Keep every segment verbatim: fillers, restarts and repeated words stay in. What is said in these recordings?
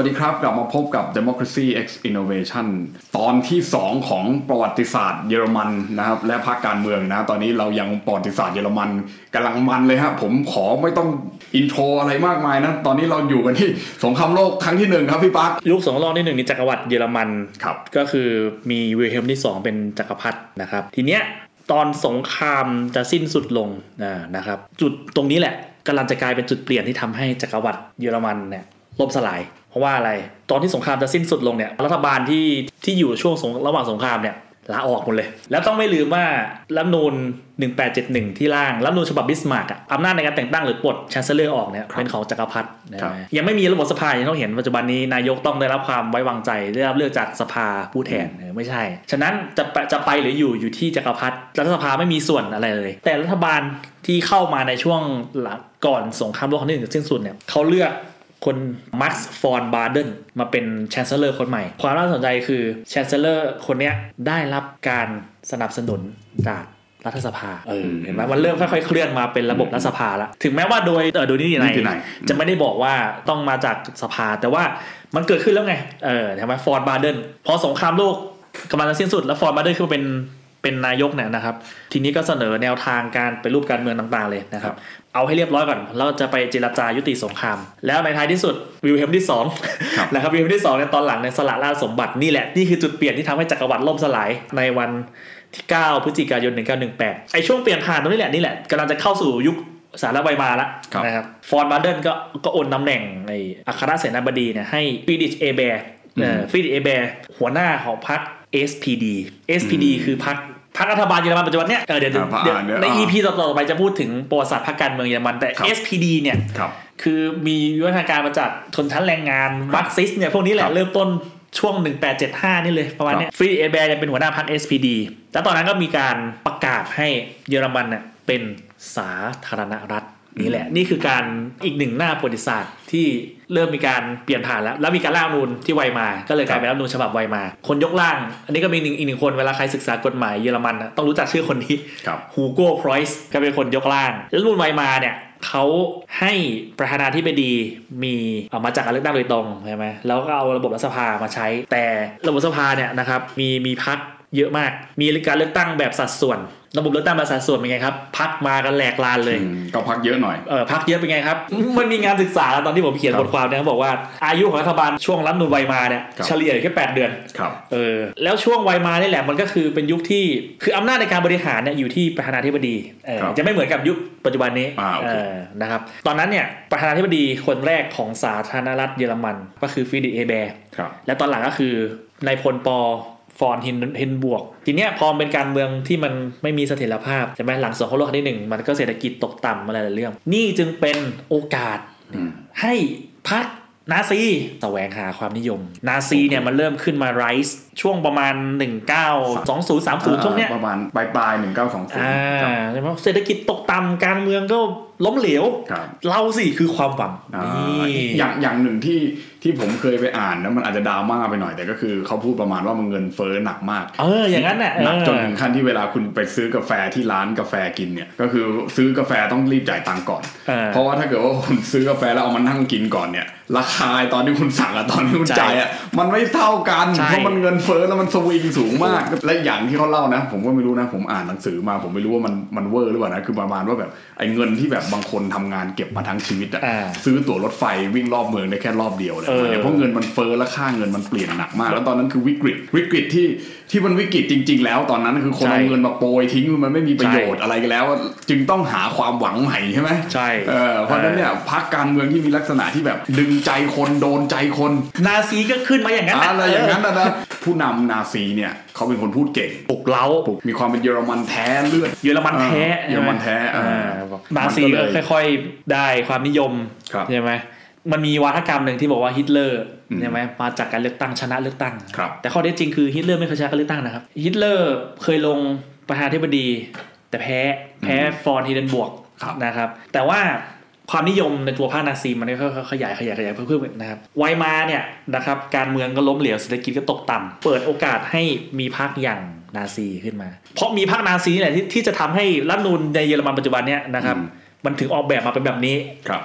สดีครับกลับมาพบกับ Democracy X Innovation ตอนที่สองของประวัติศาสตร์เยอรมันนะครับและพรรคการเมืองนะตอนนี้เรายังประวัติศาสตร์เยอรมันกำลังมันเลยครับผมขอไม่ต้องอินโทรอะไรมากมายนะตอนนี้เราอยู่กันที่สงครามโลกครั้งที่หนึ่งครับพี่ปั๊กยุคสงครามโลกที่หนึ่งนี่จักรวรรดิเยอรมันครับก็คือมีวิลเฮมที่สองเป็นจักรพรรดินะครับทีเนี้ยตอนสงครามจะสิ้นสุดลงนะครับจุดตรงนี้แหละกำลังจะกลายเป็นจุดเปลี่ยนที่ทำให้จักรวรรดิเยอรมันเนี่ยล่มสลายเพราะว่าอะไรตอนที่สงครามจะสิ้นสุดลงเนี่ยรัฐบาลที่ที่อยู่ช่วงระหว่างสงครามเนี่ยลาออกหมดเลยแล้วต้องไม่ลืมว่ารัฐธรรมนูญหนึ่งพันแปดร้อยเจ็ดสิบเอ็ดที่ร่างรัฐธรรมนูญฉบับบิสมาร์กอำนาจในการแต่งตั้งหรือปลดแชนเซลเลอร์ออกเนี่ยเป็นของจักรพรรดิยังไม่มีระบบสภาอย่างที่เราเห็นปัจจุบันนี้นายกต้องได้รับความไว้วางใจได้รับเลือกจากสภาผู้แทนไม่ใช่ฉะนั้นจะจะไปหรืออยู่อยู่ที่จักรพรรดิรัฐสภาไม่มีส่วนอะไรเลยแต่รัฐบาลที่เข้ามาในช่วงหลังก่อนสงครามโลกครั้งที่หนึ่งสิ้นสุดเนี่ยเขาเลือกคนมักซ์ฟอนบาร์เดนมาเป็นแชนเซลเลอร์คนใหม่ความน่าสนใจคือแชนเซลเลอร์คนนี้ได้รับการสนับสนุนจากรัฐสภาเออเห็นไหมมันเริ่มค่อยๆเคลื่อนมาเป็นระบบรัฐสภาแล้วถึงแม้ว่าโดยเออโดยนิตินัยจะไม่ได้บอกว่าต้องมาจากสภาแต่ว่ามันเกิดขึ้นแล้วไงเออใช่ไหมฟอนบาร์เดนพอสงครามโลกกำลังจะสิ้นสุดแล้วฟอนบาร์เดนคือเป็นเป็นนายกเนี่ยนะครับทีนี้ก็เสนอแนวทางการไปรูปการเมืองต่างๆเลยนะครับเอาให้เรียบร้อยก่อนเราจะไปเจรจายุติสงครามแล้วในท้ายที่สุดวิลเฮมที่สองนะครับวิลเฮมที่สองในตอนหลังในสละราชสมบัตินี่แหละนี่คือจุดเปลี่ยนที่ทำให้จักรวรรดิล่มสลายในวันที่เก้าพฤศจิกายนหนึ่งพันเก้าร้อยสิบแปดไอ้ช่วงเปลี่ยนผ่านตรงนี้แหละนี่แหละกำลังจะเข้าสู่ยุคสารไวมาแล้วนะครับฟอนบาร์เดนก็ก็โอนตำแหน่งไอ้อัครเสนาบดีเนี่ยให้ฟรีดริชเอแบร์เอ่อฟรีดริชเอแบร์หัวหน้าของพรรค เอส พี ดี เอส พี ดี คือพรรคพรรครัฐบาลเยอรมันปัจจุบันเนี่ยเออเดี๋ยวเดี๋ยวใน อี พี ต่อๆไปจะพูดถึงประวัติศาสตร์พรรคการเมืองเยอรมันแต่ เอส พี ดี เนี่ยคือมีวิวัฒนาการมาจากชนชั้นแรงงานมาร์กซิสต์เนี่ยพวกนี้แหละเริ่มต้นช่วงหนึ่งพันแปดร้อยเจ็ดสิบห้านี่เลยประมาณเนี้ยฟรีดริช เอแบร์เป็นหัวหน้าพรรค เอส พี ดี แล้วตอนนั้นก็มีการประกาศให้เยอรมันเนี่ยเป็นสาธารณรัฐนี่แหละนี่คือการอีกหนึ่งหน้าประวัติศาสตร์ที่เริ่มมีการเปลี่ยนผ่านแล้วแล้วมีการร่างรัฐธรรมนูญที่ไวมาก็เลยกลายเป็นรัฐธรรมนูญฉบับไวมาคนยกร่างอันนี้ก็มีอีกหนึ่งคนเวลาใครศึกษากฎหมายเยอรมันต้องรู้จักชื่อคนนี้ฮูโก้ไพรส์ก็เป็นคนยกร่างรัฐธรรมนูญไวมาเนี่ยเขาให้ประธานาธิบดีมีเอามาจากการเลือกตั้งโดยตรงใช่ไหมแล้วก็เอาระบบรัฐสภามาใช้แต่ระบบสภาเนี่ยนะครับมีมีพรรคเยอะมากมีการเลือกตั้งแบบสัดส่วนระบบเลือกตั้งแบบสัดส่วนเป็นไงครับพรรคมากันแหลกลานเลยก็พรรคเยอะหน่อยเออพรรคเยอะเป็นไงครับมันมีงานศึกษาตอนที่ผมเขียนบทความเนี่ยเขาบอกว่าอายุของรัฐบาลช่วงรัฐธรรมนูญไวมาเนี่ยเฉลี่ยแค่แปดเดือนเออแล้วช่วงไวมานี่แหละมันก็คือเป็นยุคที่คืออำนาจในการบริหารเนี่ยอยู่ที่ประธานาธิบดีเออจะไม่เหมือนกับยุคปัจจุบันนี้เออนะครับตอนนั้นเนี่ยประธานาธิบดีคนแรกของสาธารณรัฐเยอรมันก็คือฟรีดริช เอแบร์และตอนหลังก็คือนายพลปอฟอนเฮนบวกทีเนี้ยพอเป็นการเมืองที่มันไม่มีเสถียรภาพใช่ไหมหลังสงครามโลกครั้งที่หนึ่งมันก็เศรษฐกิจตกต่ำอะไรหลายเรื่องนี่จึงเป็นโอกาสให้พรรคนาซีแสวงหาความนิยมนาซีเนี่ยมันเริ่มขึ้นมาไรซ์ช่วงประมาณหนึ่งพันเก้าร้อยสองสิบ สามสิบช่วงเนี้ยประมาณปลายๆหนึ่งพันเก้าร้อยสองสิบอ่าใช่มั้ยเศรษฐกิจตกต่ำการเมืองก็ล้มเหลวเราสิคือความหวังนี่อย่างอย่างหนึ่งที่ที่ผมเคยไปอ่านนะมันอาจจะดราม่าไปหน่อยแต่ก็คือเขาพูดประมาณว่ามันเงินเฟ้อหนักมากเอออย่างนั้นน่ะหนักจนถึงขั้นที่เวลาคุณไปซื้อกาแฟที่ร้านกาแฟกินเนี่ยก็คือซื้อกาแฟต้องรีบจ่ายตังค์ก่อนเพราะว่าถ้าเกิดว่าคุณซื้อกาแฟแล้วเอามานั่งกินก่อนเนี่ยราคาตอนที่คุณสั่งกับตอนที่คุณจ่ายอ่ะมันไม่เท่ากันเพราะมันเงินเฟ้อแล้วมันสวิงสูงมากและอย่างที่เขาเล่านะผมก็ไม่รู้นะผมอ่านหนังสือมาผมไม่รู้ว่ามันมันเวอร์หรือเปล่านะคือประมาณว่าแบบไอ้เงินที่แบบบางคนทำงานเก็บมาทั้งชีวิตอ่ะซื้อตั๋วรถไฟวิ่งรอบเมืองได้แค่รอบเดียวเลยเพราะเงินมันเฟ้อและค่าเงินมันเปลี่ยนหนักมากแล้วตอนนั้นคือวิกฤตวิกฤตที่ที่มันวิกฤตจริงๆแล้วตอนนั้นคือคนเอาเงินมาโปรยทิ้งมันไม่มีประโยชน์อะไรกันแล้วจึงต้องหาความหวังใหม่ใช่ไหมใช่เออเพราะฉะนั้นเนี่ยพรรคการเมืองที่มีลักษณะที่แบบดึงใจคนโดนใจคนนาซีก็ขึ้นมาอย่างนั้นอะไรอย่างนั้นนะผู้นำนาซีเนี่ยเขาเป็นคนพูดเก่งปลุกเร้ามีความเป็นเยอรมันแท้เลือดเยอรมันแท้เยอรมันแท้นาซีก็ค่อยๆได้ความนิยมใช่ไหมมันมีวาทกรรมหนึ่งที่บอกว่าฮิตเลอร์ใช่ไหมมาจากการเลือกตั้งชนะเลือกตั้งแต่ข้อเท็จจริงคือฮิตเลอร์ไม่เคยชนะการเลือกตั้งนะครับฮิตเลอร์เคยลงประธานาธิบดีแต่แพ้แพ้ฟอนฮิเดนบวกนะครับแต่ว่าความนิยมในตัวพรรคนาซีมันก็ขยายขยายขยายเพิ่มๆนะครับไวมาเนี่ยนะครับการเมืองก็ล้มเหลวเศรษฐกิจก็ตกต่ำเปิดโอกาสให้มีพรรคอย่างนาซีขึ้นมาเพราะมีพรรคนาซีนี่แหละที่ที่จะทำให้รัฐธรรมนูญในเยอรมันปัจจุบันเนี่ยนะครับมันถึงออกแบบมาเป็นแบบนี้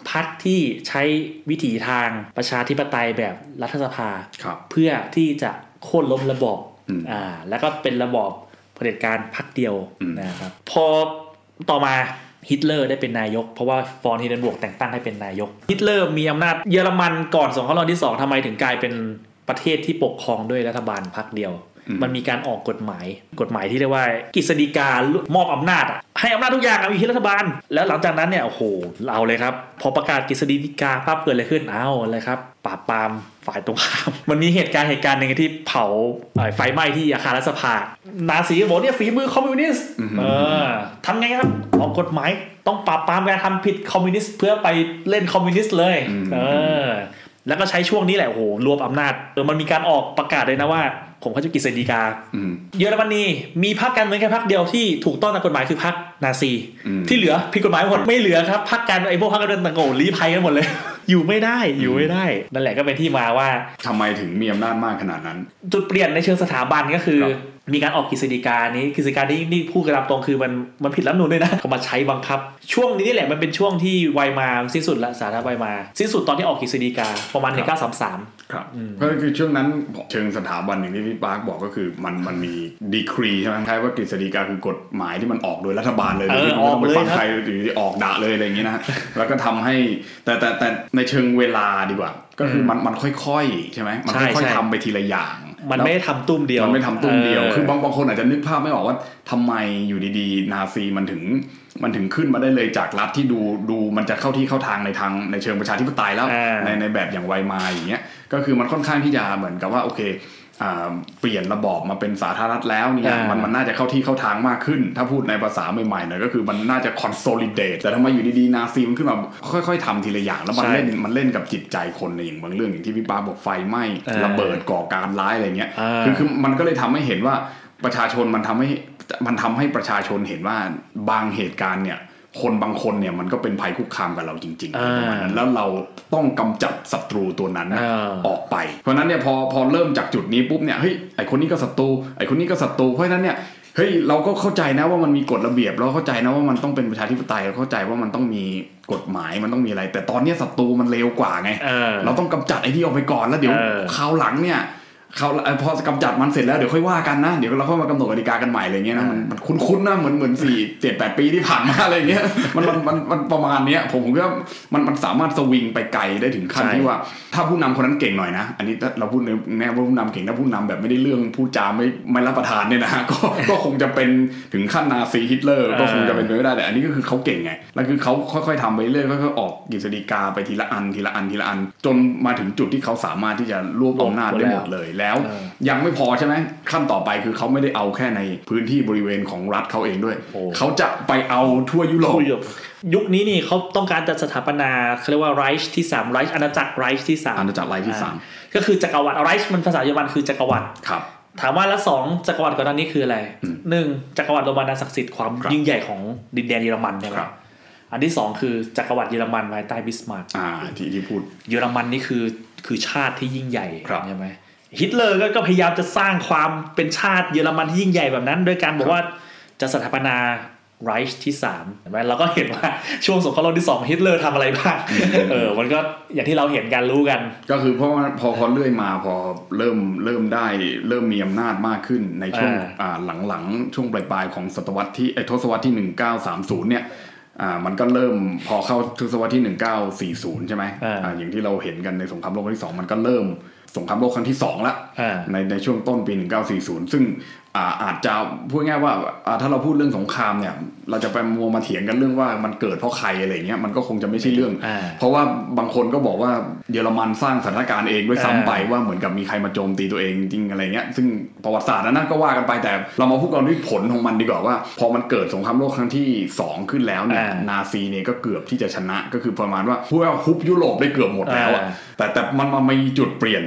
พรรคที่ใช้วิถีทางประชาธิปไตยแบบรัฐสภาเพื่อที่จะโค่นล้มระบอบอ่าแล้วก็เป็นระบอบเผด็จการพรรคเดียวนะครับพอต่อมาฮิตเลอร์ได้เป็นนายกเพราะว่าฟอนฮินเดนบวร์กแต่งตั้งให้เป็นนายกฮิตเลอร์มีอำนาจเยอรมันก่อนสงครามโลกที่สองทำไมถึงกลายเป็นประเทศที่ปกครองด้วยรัฐบาลพรรคเดียวมันมีการออกกฎหมายกฎหมายที่เรียกว่ากฤษฎีกามอบอำนาจให้อำนาจทุกอย่างเอาอยู่ที่รัฐบาลแล้วหลังจากนั้นเนี่ยโอ้โหเอาเลยครับพอประกาศกฤษฎีกาปั๊บเกิดอะไรขึ้นเอาเลยครับปราบปรามฝ่ายตรงข้ามมันมีเหตุการณ์เหตุการณ์หนึ่งที่เผาไฟไหม้ที่อาคารรัฐสภานาซีบอกเนี่ยฝีมือคอมมิวนิสต์เออทำไงครับออกกฎหมายต้องปราบปรามการทำผิดคอมมิวนิสต์เพื่อไปเล่นคอมมิวนิสต์เลยเออแล้วก็ใช้ช่วงนี้แหละโอ้โหรวบอำนาจเออมันมีการออกประกาศเลยนะว่าผมเขาจะกฤษฎีกาเยอรมนีมีพรรคการเมืองแค่พรรคเดียวที่ถูกต้องตามกฎหมายคือพรรคนาซีที่เหลือผิดกฎหมายหมดไม่เหลือครับพรรคการไอ้พวกพรรคการเมืองต่างๆลี้ภัยกันหมดเลย อยู่ไม่ได้อยู่ไม่ได้นั่นแหละก็เป็นที่มาว่าทำไมถึงมีอำนาจมากขนาดนั้นจุดเปลี่ยนในเชิงสถาบันก็คือมีการออกกฤษฎีกานี้กฤษฎีกานี้นี่พูดกันตามตรงคือมันมันผิดรัฐธรรมนูญด้วยนะเขามาใช้บังคับช่วงนี้นี่แหละมันเป็นช่วงที่ไวมาสิ้นสุดละสาธารณรัฐไวมาสิ้นสุดตอนที่ออกกฤษฎีกาประมาณหนึ่งพันเก้าร้อยสามสิบสามครับก็คือช่วงนั้นเชิงสถาบันอย่างที่พี่ปาร์คบอกก็คือมันมันมีดีครีใช่ไหมใช่ว่ากฤษฎีกาคือกฎหมายที่มันออกโดยรัฐบาลเลยที่ไม่ต้องไปฟังใครหรือออกด่าเลยอะไรอย่างนี้นะแล้วก็ทำให้แต่แต่แต่ในเชิงเวลาดีกว่าก็คือมันมันค่อยๆใช่ไหมมันค่อยๆทำไปทีละอย่างมันไม่ได้ทำตุ้มเดียวมันไม่ทำตุ้มเดียวคือบางบางคนอาจจะนึกภาพไม่ออกว่าทำไมอยู่ดีๆนาซีมันถึงมันถึงขึ้นมาได้เลยจากรัฐที่ดูดูมันจะเข้าที่เข้าทางในทางในเชิงประชาธิปไตยแล้วในในแบบอย่างไวมาอย่างเงี้ยก็คือมันค่อนข้างที่จะเหมือนกับว่าโอเคเปลี่ยนระบอบมาเป็นสาธารณรัฐแล้วเนี่ยมันมันน่าจะเข้าที่เข้าทางมากขึ้นถ้าพูดในภาษาใหม่ๆหน่อยก็คือมันน่าจะ consolidate แต่ทำไมอยู่ดีๆนาซีมันขึ้นมาค่อยๆทำทีละอย่างแล้วมันเล่นมันเล่นกับจิตใจคนในอย่างบางเรื่องอย่างที่พี่ป้าบอกไฟไหม้ระเบิดก่อการร้ายอะไรเงี้ยคือคือมันก็เลยทำให้เห็นว่าประชาชนมันทำให้มันทำให้ประชาชนเห็นว่าบางเหตุการณ์เนี่ยคนบางคนเนี่ยมันก็เป็นภัยคุกคามกับเราจริงๆประมาณนั้นแล้วเราต้องกำจัดศัตรูตัวนั้นออกไปเพราะนั้นเนี่ยพอพอเริ่มจากจุดนี้ปุ๊บเนี่ยเฮ้ยไอคนนี้ก็ศัตรูไอคนนี้ก็ศัตรูเพราะฉะนั้นเนี่ยเฮ้ยเราก็เข้าใจนะว่ามันมีกฎระเบียบเราเข้าใจนะว่ามันต้องเป็นประชาธิปไตยเราเข้าใจว่ามันต้องมีกฎหมายมันต้องมีอะไรแต่ตอนนี้ศัตรูมันเลวกว่าไง เ, เราต้องกำจัดไอ้ที่ออกไปก่อนแล้วเดี๋ยวคราวหลังเนี่ยเขาพอกำจัดมันเสร็จแล้วเดี๋ยวค่อยว่ากันนะเดี๋ยวเราค่อยมากำหนดกติกากันใหม่อะไรเงี้ยนะมันมันคุ้นๆนะเหมือนเหมือนสี่เจ็ดแปดปีที่ผ่านมาอะไรเงี้ยมันมันมันมันประมาณเนี้ยผมผมว่ามันมันสามารถสวิงไปไกลได้ถึงขั้นที่ว่าถ้าผู้นำคนนั้นเก่งหน่อยนะอันนี้เราพูดในแง่ว่าผู้นำเก่งถ้าผู้นำแบบไม่ได้เรื่องพูดจาไม่ไม่รับประทานเนี่ยนะก็ก็คงจะเป็นถึงขั้นนาซีฮิตเลอร์ก็คงจะเป็นไปไม่ได้แต่อันนี้ก็คือเขาเก่งไงแล้วคือเขาค่อยๆทำไปเรื่อยค่อยๆออกกฤษฎีกาไปทีละอันทีละอันทีละอันจนมาถึงจุดที่เขาสามารถที่จะรวบอำนาจได้หมดเลยแล้วยังไม่พอใช่ไหมขั้นต่อไปคือเขาไม่ได้เอาแค่ในพื้นที่บริเวณของรัฐเขาเองด้วยเขาจะไปเอาทั่วยุโรปยุคนี้นี่เขาต้องการจะสถาปนาเขาเรียกว่าไรช์ที่สามไรช์อาณาจักรไรช์ที่สามอาณาจักรไรช์ที่สามก็คือจักรวรรดิไรช์มันภาษาเยอรมันคือจักรวรรดิครับถามว่าแล้วสองจักรวรรดิก่อนหน้านี้คืออะไรหนึ่งจักรวรรดิโรมันศักดิ์สิทธิ์ความยิ่งใหญ่ของดินแดนเยอรมันใช่ไหมอันที่สองคือจักรวรรดิเยอรมันภายใต้บิสมาร์กอ่าที่ที่พูดเยอรมันนี่คือคือชาติที่ยิ่งใหญ่ใช่ไหมฮิตเลอร์ก็พยายามจะสร้างความเป็นชาติเยอรมันที่ยิ่งใหญ่แบบนั้นด้วยการบอกว่าจะสถาปนาไรช์ที่สามเห็นไหมเราก็เห็นว่าช่วงสงครามโลกที่สองฮิตเลอร์ทำอะไรบ้างเออมันก็อย่างที่เราเห็นกันรู้กันก็คือเพราะว่าพอพอเลื่อยมาพอเริ่มเริ่มได้เริ่มมีอำนาจมากขึ้นในช่วงอ่าหลังๆช่วงปลายๆของศตวรรษที่ไอ้ทศวรรษที่หนึ่งพันเก้าร้อยสามสิบเนี่ยอ่ามันก็เริ่มพอเข้าทศวรรษที่หนึ่งพันเก้าร้อยสี่สิบใช่ไหมอ่าอย่างที่เราเห็นกันในสงครามโลกครั้งที่สองมันก็เริ่มสงครามโลกครั้งที่สองละในในช่วงต้นปีหนึ่งพันเก้าร้อยสี่สิบซึ่งอ่าอาจจะพูดง่ายว่าอ่าถ้าเราพูดเรื่องสงครามเนี่ยเราจะไปมัวมาเถียงกันเรื่องว่ามันเกิดเพราะใครอะไรเงี้ยมันก็คงจะไม่ใช่เรื่องเพราะว่าบางคนก็บอกว่าเยอรมันสร้างสถานการณ์เองด้วยซ้ำไปว่าเหมือนกับมีใครมาโจมตีตัวเองจริงอะไรเงี้ยซึ่งประวัติศาสตร์นั้นก็ว่ากันไปแต่เรามาพูดกันด้วยผลของมันดีกว่าว่าพอมันเกิดสงครามโลกครั้งที่สองขึ้นแล้วเนี่ยนาซีเนี่ยก็เกือบที่จะชนะก็คือประมาณว่าพูดว่าฮุบยุโรปได้เกือบหมดแล้วอ่ะแต่แต่มันมามีจุดเปลี่ยน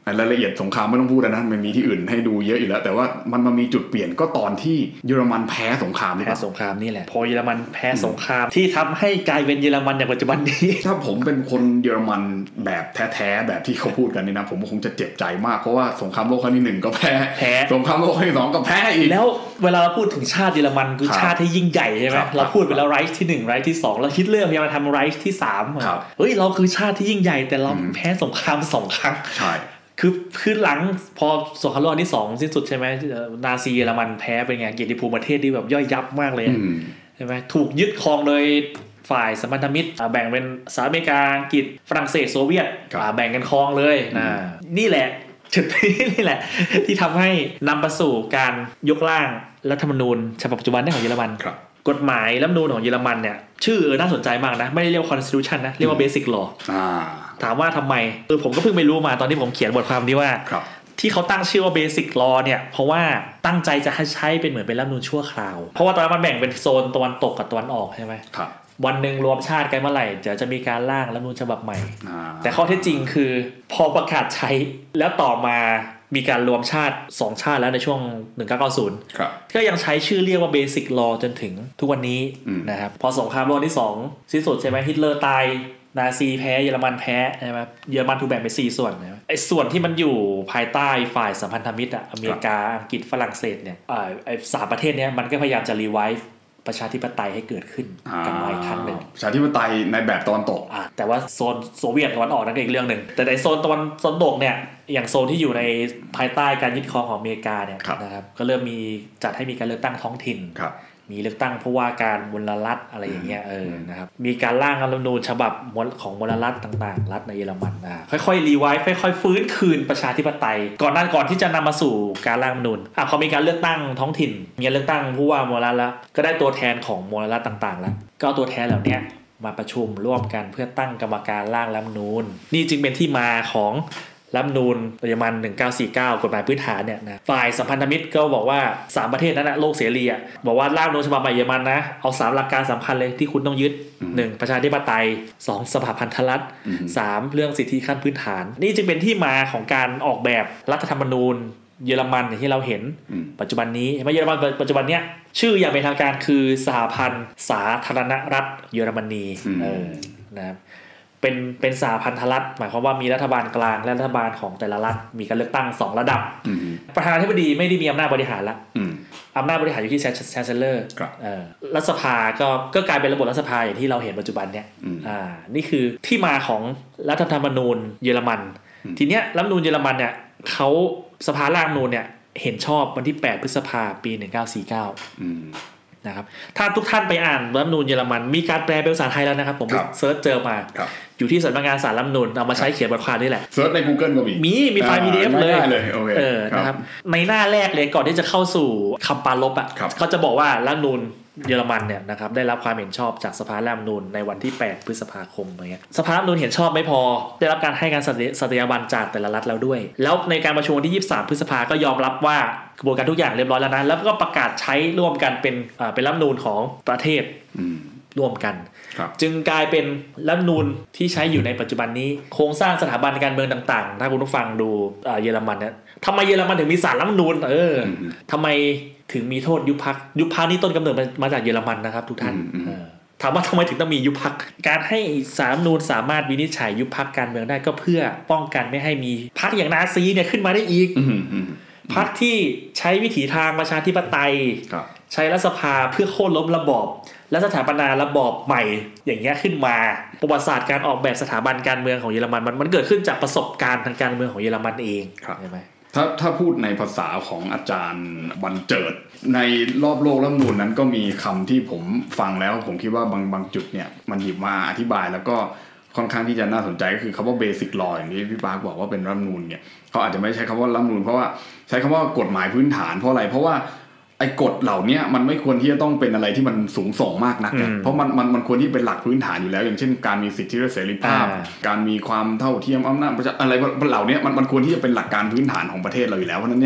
รายละเอียดสงครามไม่ต้องพูดนะมันมีที่อื่นให้ดูเยอะอยู่แล้วแต่ว่ามันมามีจุดเปลี่ยนก็ตอนที่เยอรมันแพ้สงครามหรือเปล่าแพ้สงครามนี่แหละพอเยอรมันแพ้สงครามที่ทำให้กลายเป็นเยอรมันในปัจจุบันนี้ถ้าผมเป็นคนเยอรมันแบบแท้ๆแบบที่เขาพูดกันนี่นะผมคงจะเจ็บใจมากเพราะว่าสงครามโลกครั้งที่หนึ่งก็แพ้สงครามโลกครั้งที่สองก็แพ้อีกแล้วเวลาเราพูดถึงชาติเยอรมันคือชาติที่ยิ่งใหญ่ใช่ไหมเราพูดไปแล้วไรท์ที่หนึ่งไรท์ที่สองแล้วฮิตเลอร์พยายามทำไรท์ที่สามเฮ้ยเราคือชาติที่ยิ่งใหญ่แต่เราแพ้สงครามสองครั้งใช่คือคือหลังพอสงครามโลกที่สองสิ้นสุดใช่ไหมนาซีเยอรมันแพ้เป็นไงเกียรติภูมิประเทศที่แบบย่อยยับมากเลยใช่ไหมถูกยึดครองโดยฝ่ายสัมพันธมิตรแบ่งเป็นสหรัฐอเมริกาอังกฤษฝรั่งเศสโซเวียตแบ่งกันครองเลยนะนี่แหละจุดนี่แหละที่ทำให้นำไปสู่การยกร่างรัฐธรรมนูญฉบับปัจจุบันของเยอรมันกฎหมายรัฐธรรมนูญของเยอรมันเนี่ยชื่อเออน่าสนใจมากนะไม่ได้เรียกว่า constitution นะเรียกว่า basic law ถามว่าทำไมเออผมก็เพิ่งไปรู้มาตอนที่ผมเขียนบทความนี้ว่าที่เขาตั้งชื่อว่า basic law เนี่ยเพราะว่าตั้งใจจะให้ใช้เป็นเหมือนเป็นรัฐธรรมนูญชั่วคราวเพราะว่าตอนนั้นมันแบ่งเป็นโซนตะวันตกกับตะวันออกใช่ไหมวันหนึ่งรวมชาติกันเมื่อไหร่เดี๋ยวจะมีการร่างรัฐธรรมนูญฉบับใหม่แต่ข้อเท็จจริงคือพอประกาศใช้แล้วต่อมามีการรวมชาติสองชาติแล้วในช่วงหนึ่งพันเก้าร้อยเก้าสิบครับก็ยังใช้ชื่อเรียกว่า Basic Law จนถึงทุกวันนี้นะครับพอสงครามโลกที่สองสิ้นสุดใช่ไหมฮิตเลอร์ตายนาซีแพ้เยอรมันแพ้ใช่ไหมเยอรมันถูกแบ่งเป็นสี่ส่วนนะไอ้ส่วนที่มันอยู่ภายใต้ฝ่ายสัมพันธมิตรอ่ะอเมริกาอังกฤษฝรั่งเศสเนี่ยอ่าไอ้สามประเทศเนี้ยมันก็พยายามจะรีไวฟ์ประชาธิปไตยให้เกิดขึ้นกันมาอีกครั้งหนึ่งประชาธิปไตยในแบบตะวันตกอ่าแต่ว่าโซนโซเวียตตะวันออกนั่นก็อีกเรื่องนึงแต่ในโซนตะวันตะวันตกเนี่ยอย่างโซนที่อยู่ในภายใต้การยึดครองของอเมริกาเนี่ยนะครับก็เริ่มมีจัดให้มีการเลือกตั้งท้องถิ่นมีเลือกตั้งผู้ว่าการมลรัฐอะไรอย่างเงี้ยเออนะครับมีการร่างรัฐธรรมนูญฉบับของมลรัฐต่างๆรัฐในเยอรมันอ่ะค่อยๆรีไวฟ์ค่อยๆฟื้นคืนประชาธิปไตยก่อนหน้าก่อนที่จะนำมาสู่การร่างรัฐธรรมนูญอ่ะพอมีการเลือกตั้งท้องถิ่นมีการเลือกตั้งผู้ว่ามลรัฐแล้วก็ได้ตัวแทนของมลรัฐต่างๆแล้วก็เอาตัวแทนเหล่านี้มาประชุมร่วมกันเพื่อตั้งกรรมการร่างรัฐธรรมนูญนี่จึงเป็นที่มาของรัฐธรรมนูญเยอรมันหนึ่งพันเก้าร้อยสี่สิบเก้ากฎหมายพื้นฐานเนี่ยนะฝ่ายสัมพันธมิตรก็บอกว่าสามประเทศนั้นนะโลกเสรีอ่ะบอกว่าร่างรัฐธรรมนูญฉบับใหม่เยอรมันนะเอาสามหลักการสำคัญเลยที่คุณต้องยึดหนึ่งประชาธิปไตยสองสหพันธรัฐสามเรื่องสิทธิขั้นพื้นฐานนี่จึงเป็นที่มาของการออกแบบรัฐธรรมนูญเยอรมันอย่างที่เราเห็นปัจจุบันนี้เยอรมันปัจจุบันเนี้ยชื่ออย่างเป็นทางการคือสหพันธ์สาธารณรัฐเยอรมนีเออนะครับเป็นเป็นสหพันธรัฐหมายความว่ามีรัฐบาลกลางและรัฐบาลของแต่ละรัฐมีการเลือกตั้งสองระดับประธานาธิบดีไม่ได้มีอำนาจบริหารละอำนาจบริหารอยู่ที่แชนเซลเลอร์รัฐสภาก็ก็กลายเป็นระบบรัฐสภาอย่างที่เราเห็นปัจจุบันเนี่ยอ่านี่คือที่มาของรัฐธรรมนูญเยอรมันทีเนี้ยรัฐธรรมนูญเยอรมันเนี่ยเขาสภาร่างรัฐธรรมนูญเนี่ยเห็นชอบวันที่แปดพฤษภาคมปีหนึ่งพันเก้าร้อยสี่สิบเก้านะครับถ้าทุกท่านไปอ่านรัฐธรรมนูญเยอรมันมีการแปลเป็นภาษาไทยแล้วนะครับผมเซิร์ชเจอมาอยู่ที่สำนักงานศาลรัฐธรรมนูญเอามาใช้เขียนบทความนี่แหละเซิร์ชใน Google ก็มีมีมีไฟล์ พี ดี เอฟ เลยเออนะครับในหน้าแรกเลยก่อนที่จะเข้าสู่คำปรารภอ่ะเขาจะบอกว่ารัฐธรรมนูญเยอรมันเนี่ยนะครับได้รับความเห็นชอบจากสภารัฐธรรมนูญในวันที่แปดพฤษภาคมอะไรเงี้ยสภารัฐธรรมนูญเห็นชอบไม่พอได้รับการให้การสัตยาบันจากแต่ละรัฐแล้วด้วยแล้วในการประชุมวันที่ยี่สิบสามพฤษภาก็ยอมรับว่ากระบวนการทุกอย่างเรียบร้อยแล้วนะแล้วก็ประกาศใช้ร่วมกันเป็นอ่าเป็นรัฐธรรมนูญของประเทศร่วมกันจึงกลายเป็นรัฐธรรมนูญที่ใช้อยู่ในปัจจุบันนี้โครงสร้างสถาบันการเมืองต่างๆถ้าคุณผู้ฟังดูเยอรมันเนี่ยทำไมเยอรมันถึงมีศาลรัฐธรรมนูญเออทำไมถึงมีโทษยุบพรรคยุบพรรคนี่ต้นกำเนิดมาจากเยอรมันนะครับทุกท่านถามว่าทำไมถึงต้องมียุบพรรคการให้ศาลรัฐธรรมนูญสามารถวินิจฉัยยุบพรรคการเมืองได้ก็เพื่อป้องกันไม่ให้มีพรรคอย่างนาซีเนี่ยขึ้นมาได้อีกพรรคที่ใช้วิถีทางประชาธิปไตยใช้รัฐสภาเพื่อโค่นล้มระบอบและสถาปนาระบอบใหม่อย่างเงี้ยขึ้นมาประวัติศาสตร์การออกแบบสถาบันการเมืองของเยอรมันมันมันเกิดขึ้นจากประสบการณ์ทางการเมืองของเยอรมันเองใช่ไหมถ้าถ้าพูดในภาษาของอาจารย์บรรเจิดในรอบโลกรัฐธรรมนูญนั้นก็มีคำที่ผมฟังแล้วผมคิดว่าบางบางจุดเนี่ยมันหยิบมาอธิบายแล้วก็ค่อนข้างที่จะน่าสนใจก็คือคำว่า basic law อย่างที่พี่ปาร์คบอกว่าเป็นรัฐธรรมนูญเนี่ยเขาอาจจะไม่ใช้คำว่ารัฐธรรมนูญเพราะว่าใช้คำว่ากฎหมายพื้นฐานเพราะอะไรเพราะว่าไอ้กฎเหล่านี้มันไม่ควรที่จะต้องเป็นอะไรที่มันสูงส่งมากนักเพราะมันมันมันควรที่เป็นหลักพื้นฐานอยู่แล้วอย่างเช่นการมีสิทธิและเสรีภาพการมีความเท่าเทียมอำนาจอะไรเหล่านี้มันมันควรที่จะเป็นหลักการพื้นฐานของประเทศเราอยู่แล้วเพราะนั้นเนี่ย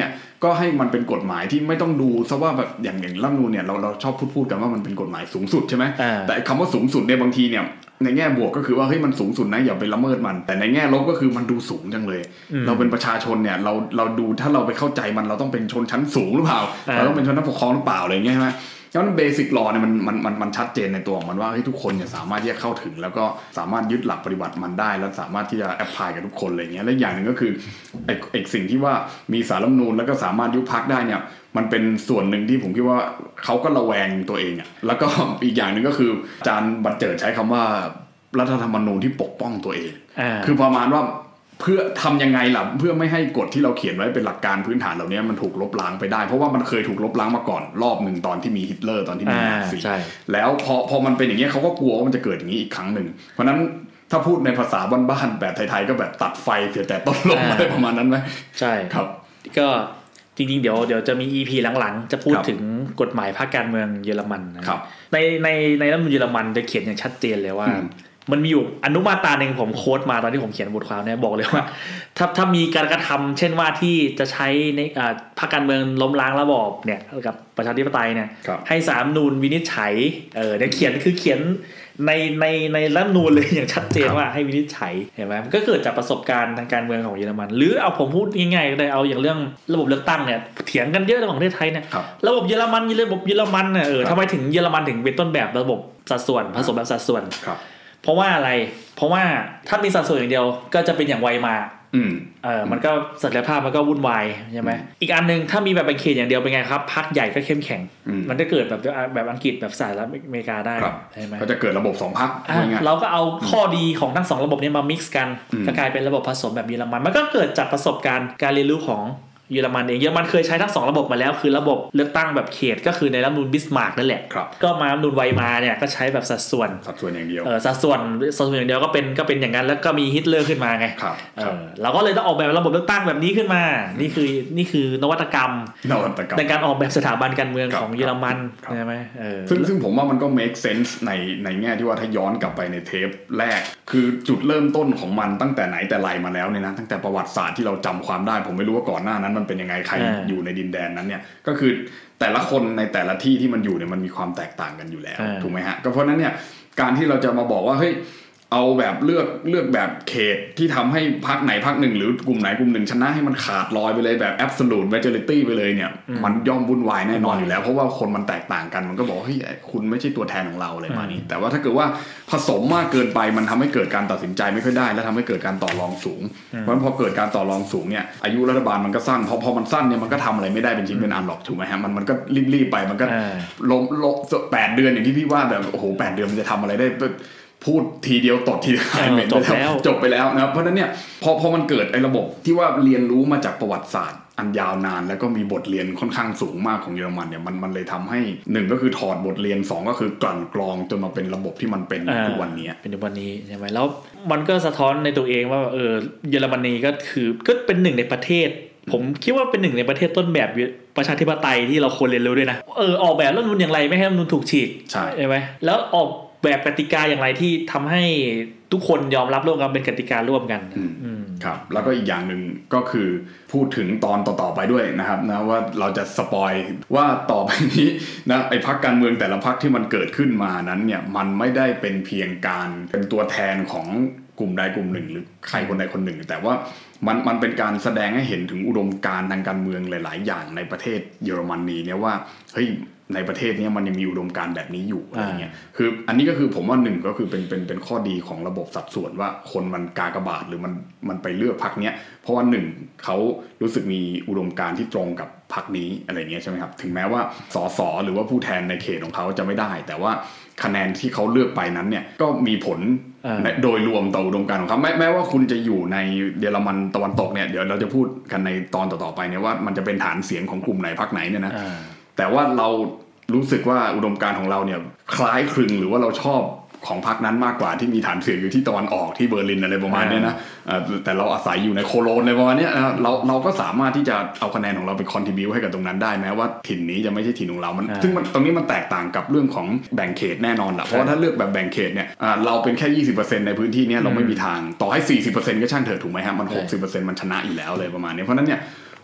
ก็ให้มันเป็นกฎหมายที่ไม่ต้องดูซะว่าแบบอย่างอย่างรัฐธรรมนูญเนี่ยเราเราชอบพูดพูดกันว่ามันเป็นกฎหมายสูงสุดใช่ไหมแต่คำว่าสูงสุดเนี่ยบางทีเนี่ยในแง่บวกก็คือว่าเฮ้ยมันสูงสุดนะอย่าไปละเมิดมันแต่ในแง่ลบก็คือมันดูสูงจังเลยเราเป็นประชาชนเนี่ยเราเราดูถ้าเราไปเข้าใจมันเราต้องเป็นชนชั้นสูงหรือเปล่าเราต้องเป็นชนชั้นปกครองหรือเปล่าอะไรเงี้ยใช่ไหมเพราะฉะนั้นเบสิกลอเนี่ยมันมันมันมันชัดเจนในตัวของมันว่าเฮ้ยทุกคนเนี่ยสามารถที่จะเข้าถึงแล้วก็สามารถยึดหลักปฏิบัติมันได้แล้วสามารถที่จะแอพพลายกับทุกคนอะไรเงี้ยและอย่างหนึ่งก็คือไอ้ไอ้สิ่งที่ว่ามีสารรัฐธรรมนูญแล้วก็สามารถยุบพรรคได้เนี่ยมันเป็นส่วนหนึ่งที่ผมคิดว่าเขาก็ระแวงตัวเองอ่ะแล้วก็อีกอย่างหนึ่งก็คืออาจารย์บรรเจิดใช้คำว่ารัฐธรรมนูญที่ปกป้องตัวเองคือประมาณว่าเพื่อทำยังไงล่ะเพื่อไม่ให้กฎที่เราเขียนไว้เป็นหลักการพื้นฐานเหล่านี้มันถูกลบล้างไปได้เพราะว่ามันเคยถูกลบล้างมาก่อนรอบหนึ่งตอนที่มีฮิตเลอร์ตอนที่มีนาซีแล้วพอพอมันเป็นอย่างนี้เขาก็กลัวว่ามันจะเกิดอย่างนี้อีกครั้งหนึ่งเพราะนั้นถ้าพูดในภาษาบ้านๆแบบไทยๆก็แบบตัดไฟเสียแต่ต้นลมอะไรประมาณนั้นไหมใช่ครับก็จริงๆเดี๋ยวเดี๋ยวจะมี อี พี หลังๆจะพูดถึงกฎหมายพรรคการเมืองเยอรมันนะครับในในในรัฐธรรมนูญเยอรมันจะเขียนอย่างชัดเจนเลยว่ามันมีอยู่อนุมาตราหนึ่งผมโค้ดมาตอนที่ผมเขียนบทความเนี่ยบอกเลยว่าถ้าถ้ามีการกระทำเช่นว่าที่จะใช้ในพรรคการเมืองล้มล้างระบอบเนี่ยกับประชาธิปไตยเนี่ยให้ศาลรัฐธรรมนูญวินิจฉัยเออเนี่ยเขียนคือเขียนในในในรัฐธรรมนูญเลยอย่างชัดเจนว่าให้วินิจฉัยเห็นไหมมันก็เกิดจากประสบการณ์ทางการเมืองของเยอรมันหรือเอาผมพูดง่ายๆก็ได้เอาอย่างเรื่องระบบเลือกตั้งเนี่ยเถียงกันเยอะของประเทศไทยเนี่ยระบบเยอรมันระบบเยอรมันเนี่ยเออทำไมถึงเยอรมันถึงเป็นต้นแบบระบบสัดส่วนผสมแบบสัดส่วนเพราะว่าอะไรเพราะว่าถ้ามีสัดส่วนอย่างเดียวก็จะเป็นอย่างไวมาอืมเออมันก็ศักยภาพมันก็วุ่นวายใช่ไหมอีกอันนึงถ้ามีแบบแบ่งเขตอย่างเดียวเป็นไงครับพรรคใหญ่ก็เข้มแข็งมันจะเกิดแบบแบบอังกฤษแบบสหรัฐอเมริกาได้ใช่ไหมก็จะเกิดระบบสองพรรคเราก็เอาข้อดีของทั้งสองระบบนี้มา mix กันก็กลายเป็นระบบผสมแบบเยอรมันมันก็เกิดจากประสบการณ์การเรียนรู้ของเยอรมันเองเยอรมันเคยใช้ทั้งสองระบบมาแล้วคือระบบเลือกตั้งแบบเขตก็คือในรัฐธรรมนูญบิสมาร์กนั่นแหละก็มารัฐธรรมนูญไวมาเนี่ยก็ใช้แบบสัดส่วนสัดส่วนอย่างเดียวเออสัดส่วนสัดส่วนอย่างเดียวก็เป็นก็เป็นอย่างนั้นแล้วก็มีฮิตเลอร์ขึ้นมาไงเออเราก็เลยต้องออกแบบระบบเลือกตั้งแบบนี้ขึ้นมานี่คือนี่คือนวัตกรรมในการออกแบบสถาบันการเมืองของเยอรมันใช่ไหมเออซึ่งซึ่งผมว่ามันก็ make sense ในในแง่ที่ว่าถ้าย้อนกลับไปในเทปแรกคือจุดเริ่มต้นของมันตั้งแต่ไหนแต่ไรมาแล้วเนี่ยนะตั้งแต่ประวัติศาสตร์ที่เราจำความได้ผมไม่รู้ว่าก่อนหน้านั้นมันเป็นยังไงใครอยู่ในดินแดนนั้นเนี่ยก็คือแต่ละคนในแต่ละที่ที่มันอยู่เนี่ยมันมีความแตกต่างกันอยู่แล้วถูกไหมฮะก็เพราะนั้นเนี่ยการที่เราจะมาบอกว่าเฮ้ยเอาแบบเลือกเลือกแบบเขตที่ทำให้พรรคไหนพรรคหนึ่งหรือกลุ่มไหนกลุ่มหนึ่งชนะให้มันขาดลอยไปเลยแบบ absolute majority ไปเลยเนี่ยมันย่อมวุ่นวายแน่นอนอยู่แล้วเพราะว่าคนมันแตกต่างกันมันก็บอกเฮ้ยคุณไม่ใช่ตัวแทนของเราอะไรมานี้แต่ว่าถ้าเกิดว่าผสมมากเกินไปมันทำให้เกิดการตัดสินใจไม่ค่อยได้และทำให้เกิดการต่อรองสูงเพราะฉะนั้นพอเกิดการต่อรองสูงเนี่ยอายุรัฐบาลมันก็สั้นพอพอมันสั้นเนี่ยมันก็ทำอะไรไม่ได้เป็นชิ้นเป็นอันหรอกถูกไหมฮะมันมันก็รีบๆไปมันก็ล้มล้มแปดเดือนอย่างที่พี่ว่าแบบโอ้โหแปดเดือนมันจะทำอะไรได้พูดทีเดียวตดทีเดียวจบแล้วจบไปแล้วนะครับเพราะฉะนั้นเนี่ยพอพอมันเกิดไอ้ระบบที่ว่าเรียนรู้มาจากประวัติศาสตร์อันยาวนานแล้วก็มีบทเรียนค่อนข้างสูงมากของเยอรมันเนี่ยมันมันเลยทำให้หนึ่งก็คือถอดบทเรียนสองก็คือกลั่นกรองจนมาเป็นระบบที่มันเป็นทุกวันนี้เป็นทุกวันนี้ใช่ไหมแล้วมันก็สะท้อนในตัวเองว่าเออเยอรมนีก็คือก็เป็นหนึ่งในประเทศผมคิดว่าเป็นหนึ่งในประเทศต้นแบบประชาธิปไตยที่เราควรเรียนรู้ด้วยนะเออออกแบบรัฐธรรมนูญอย่างไรไม่ให้รัฐธรรมนูญถูกฉีกใช่ใช่ไหมแล้วออกแบบกติกาอย่างไรที่ทำให้ทุกคนยอมรับร่วมกันเป็นกติการ่วมกันครับแล้วก็อีกอย่างหนึ่งก็คือพูดถึงตอนต่อๆไปด้วยนะครับนะว่าเราจะสปอยว่าต่อไปนี้นะไอ้พรรคการเมืองแต่ละพรรคที่มันเกิดขึ้นมานั้นเนี่ยมันไม่ได้เป็นเพียงการเป็นตัวแทนของกลุ่มใดกลุ่มหนึ่งหรือใครคนใดคนหนึ่งแต่ว่ามันมันเป็นการแสดงให้เห็นถึงอุดมการณ์ทางการเมืองหลายๆอย่างในประเทศเยอรมนีเนี่ยว่าเฮ้ยในประเทศนี้มันยังมีอุดมการณ์แบบนี้อยู่อะไรเงี้ยคืออันนี้ก็คือผมว่าหนึ่งก็คือเป็นเป็นเป็นข้อดีของระบบสัดส่วนว่าคนมันกากบาทหรือมันมันไปเลือกพรรคเนี้ยเพราะว่าหนึ่งเขารู้สึกมีอุดมการณ์ที่ตรงกับพรรคนี้อะไรเงี้ยใช่ไหมครับถึงแม้ว่าสสหรือว่าผู้แทนในเขตของเขาจะไม่ได้แต่ว่าคะแนนที่เขาเลือกไปนั้นเนี่ยก็มีผลโดยรวมต่ออุดมการณ์ของเขาแม้แม้ว่าคุณจะอยู่ในเยอรมันตะวันตกเนี่ยเดี๋ยวเราจะพูดกันในตอนต่อๆไปเนี่ยว่ามันจะเป็นฐานเสียงของกลุ่มไหนพรรคไหนเนี่ยนะแต่ว่าเรารู้สึกว่าอุดมการณ์ของเราเนี่ยคล้ายคลึงหรือว่าเราชอบของพรรคนั้นมากกว่าที่มีฐานเสียงอยู่ที่ตะวันออกที่เบอร์ลินอะไรประมาณนี้นะแต่เราอาศัยอยู่ในโคโลนอะไรประมาณนี้เราเราก็สามารถที่จะเอาคะแนนของเราไปคอนทริบิวต์ให้กับตรงนั้นได้แม้ว่าถิ่นนี้จะไม่ใช่ถิ่นของเรามันซึ่งมันตรงนี้มันแตกต่างกับเรื่องของแบ่งเขตแน่นอนแหละเพราะว่าถ้าเลือกแบบแบ่งเขตเนี่ยเราเป็นแค่ ยี่สิบเปอร์เซ็นต์ ในพื้นที่นี้เราไม่มีทางต่อให้ สี่สิบเปอร์เซ็นต์ ก็ช่างเถอะถูกไหมฮะมัน หกสิบเปอร์เซ็นต์ มันชนะอยู่แล้วเลยประมาณนี้เพราะนั้นเนี่ยผ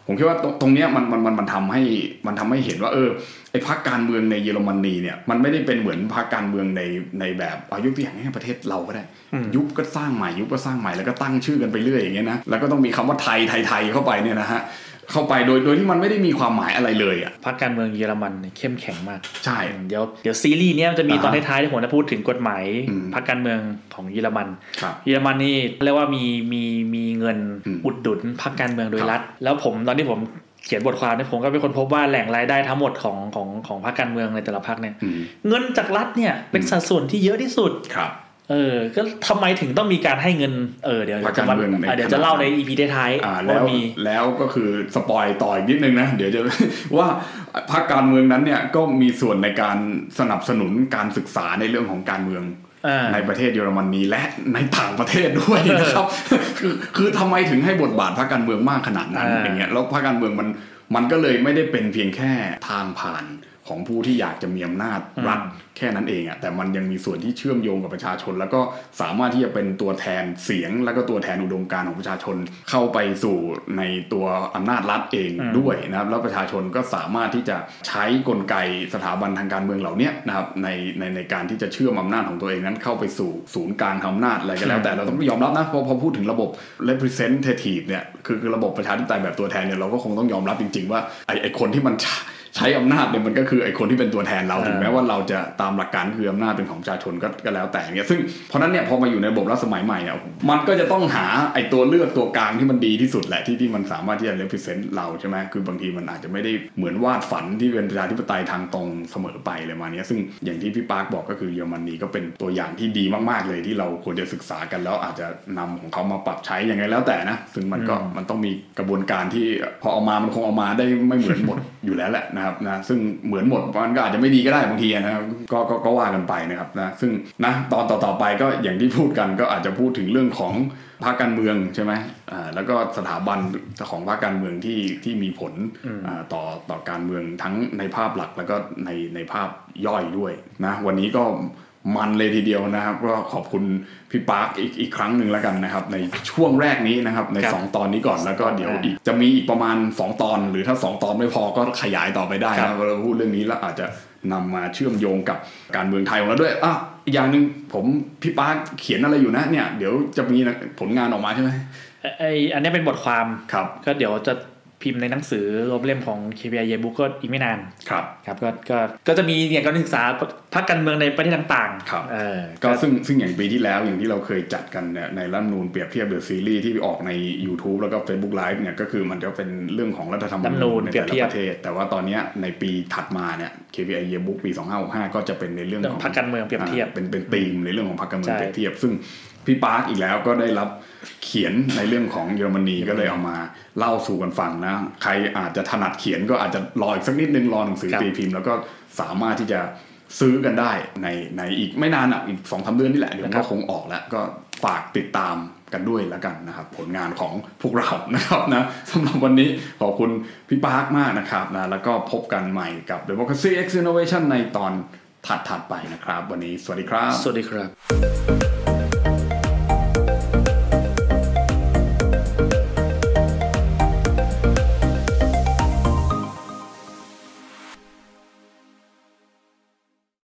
ผมคิดว่าตรงเนี้ยมันมันมันมันทำให้มันทำให้เห็นว่าเออไอ้พรรคการเมืองในเยอรมนีเนี่ยมันไม่ได้เป็นเหมือนพรรคการเมืองในในแบบอายุตัวอย่างให้ประเทศเราก็ได้ยุบก็สร้างใหม่ยุบก็สร้างใหม่แล้วก็ตั้งชื่อกันไปเรื่อยอย่างเงี้ยนะแล้วก็ต้องมีคำว่าไทยไทยไทยเข้าไปเนี่ยนะฮะเข้าไปโดยโดยที่มันไม่ได้มีความหมายอะไรเลยอ่ะพรรคการเมืองเยอรมันเข้มแข็งมากใช่เดี๋ยวเดี๋ยวซีรีส์เนี้ยจะมีตอนท้ายๆที่ผมจะพูดถึงกฎหมายพรรคการเมืองของเยอรมันเยอรมันนี่เรียกว่ามีมีมีเงินอุดหนุนพรรคการเมืองโดยรัฐแล้วผมตอนที่ผมเขียนบทความเนี่ยผมก็เป็นคนพบว่าแหล่งรายได้ทั้งหมดของของของพรรคการเมืองในแต่ละพรรคเนี่ยเงินจากรัฐเนี่ยเป็นสัดส่วนที่เยอะที่สุดครับเออก็ทำไมถึงต้องมีการให้เงินเออเดี๋ยวจะมาเดี๋ยวจะเล่าใน อี พี ท้ายๆแล้วแล้วก็คือสปอยต่ออีกนิดนึงนะเดี๋ยวจะว่าพรรคการเมืองนั้นเนี่ยก็มีส่วนในการสนับสนุนการศึกษาในเรื่องของการเมืองในประเทศเยอรมนีและในต่างประเทศด้วยนะครับคือคือทำไมถึงให้บทบาทพรรคการเมืองมากขนาดนั้นอย่างเงี้ยแล้วพรรคการเมืองมันมันก็เลยไม่ได้เป็นเพียงแค่ทางผ่านของผู้ที่อยากจะมีอำนาจรัฐแค่นั้นเองอ่ะแต่มันยังมีส่วนที่เชื่อมโยงกับประชาชนแล้วก็สามารถที่จะเป็นตัวแทนเสียงแล้วก็ตัวแทนอุดมการณ์ของประชาชนเข้าไปสู่ในตัวอำนาจรัฐเองด้วยนะครับแล้วประชาชนก็สามารถที่จะใช้กลไกสถาบันทางการเมืองเหล่านี้นะครับในในในการที่จะเชื่อมอำนาจของตัวเองนั้นเข้าไปสู่ศูนย์กลางอำนาจอะไรก็แล้วแต่เราต้องยอมรับนะพอพอพูดถึงระบบ representative เนี่ยคือคือระบบประชาธิปไตยแบบตัวแทนเนี่ยเราก็คงต้องยอมรับจริงๆว่าไอไอคนที่มันใช้อำนาจเนี่ยมันก็คือไอ้คนที่เป็นตัวแทนเราถึงแม้ว่าเราจะตามหลักการคืออำนาจเป็นของประชาชนก็ก็แล้วแต่เนี่ยซึ่งเพราะนั้นเนี่ยพอมาอยู่ในระบบรัฐสมัยใหม่เนี่ยมันก็จะต้องหาไอ้ตัวเลือกตัวกลางที่มันดีที่สุดแหละที่ที่มันสามารถที่จะ represent เราใช่ไหมคือบางทีมันอาจจะไม่ได้เหมือนวาดฝันที่เป็นประชาธิปไตยทางตรงเสมอไปเลยมาเนี้ยซึ่งอย่างที่พี่ปาร์คบอกก็คือเยอรมนีก็เป็นตัวอย่างที่ดีมากๆเลยที่เราควรจะศึกษากันแล้วอาจจะนำของเขามาปรับใช้ยังไงแล้วแต่นะซึ่งมันก็มันต้องมีกระบวนการที่พอเอามามันคงเอามาได้ไม่เหมือนหมดอยู่แล้วแหละนะครับนะซึ่งเหมือนหมดมันก็อาจจะไม่ดีก็ได้บางทีนะครับก็ก็ก็ว่ากันไปนะครับนะซึ่งนะตอนต่อๆไปก็อย่างที่พูดกันก็อาจจะพูดถึงเรื่องของพรรคการเมืองใช่ไหมอ่าแล้วก็สถาบันของพรรคการเมืองที่ที่มีผลอ่าต่อต่อการเมืองทั้งในภาพหลักแล้วก็ในในภาพย่อยด้วยนะวันนี้ก็มันเลยทีเดียวนะครับก็ขอบคุณพี่ปาร์คอีกอีกครั้งหนึ่งแล้วกันนะครับในช่วงแรกนี้นะครับในสองตอนนี้ก่อนแล้วก็เดี๋ยวอีกจะมีอีกประมาณสองตอนหรือถ้าสองตอนไม่พอก็ขยายต่อไปได้นะเราพูดเรื่องนี้แล้วอาจจะนำมาเชื่อมโยงกับการเมืองไทยของเราด้วยอ่ะอีกอย่างนึงผมพี่ปาร์คเขียนอะไรอยู่นะเนี่ยเดี๋ยวจะมีผลงานออกมาใช่ไหมไออันนี้เป็นบทความครับก็เดี๋ยวจะพิมพ์ในหนังสือรวมเล่มของ เค พี ไอ Yearbook ก็อีกไม่นานครับครับก็ก็ก็จะมีเนี่ยการศึกษาพรรคการเมืองในประเทศต่างๆครับเออก็ซึ่งซึ่งอย่างปีที่แล้วอย่างที่เราเคยจัดกันเนี่ยในรัฐธรรมนูญเปรียบเทียบเดอะซีรีส์ที่ออกใน YouTube แล้วก็ Facebook Live เนี่ยก็คือมันจะเป็นเรื่องของรัฐธรรมนูญในแต่ละประเทศแต่ว่าตอนนี้ในปีถัดมาเนี่ย เค พี ไอ Yearbook ปีสองพันห้าร้อยหกสิบห้าก็จะเป็นในเรื่องของพรรคการเมืองเปรียบเทียบเป็นเป็นธีมในเรื่องของพรรคการเมืองเปรียบเทียบซึ่งพี่ปาร์คอีกแล้วก็ได้รับเขียนในเรื่องของเยอรมนีก็เลยเอามาเล่าสู่กันฟังนะใครอาจจะถนัดเขียนก็อาจจะรออีกสักนิดนึงรอหนังสือตีพิมพ์แล้วก็สามารถที่จะซื้อกันได้ในในอีกไม่นานอ่ะอีก สองถึงสาม เดือนนี่แหละเดี๋ยวก็คงออกแล้วก็ฝากติดตามกันด้วยแล้วกันนะครับผลงานของพวกเรานะครับนะสำหรับวันนี้ขอบคุณพี่ปาร์คมากนะครับนะแล้วก็พบกันใหม่กับ Democracy X Innovation ในตอนถัดๆไปนะครับวันนี้สวัสดีครับสวัสดีครับ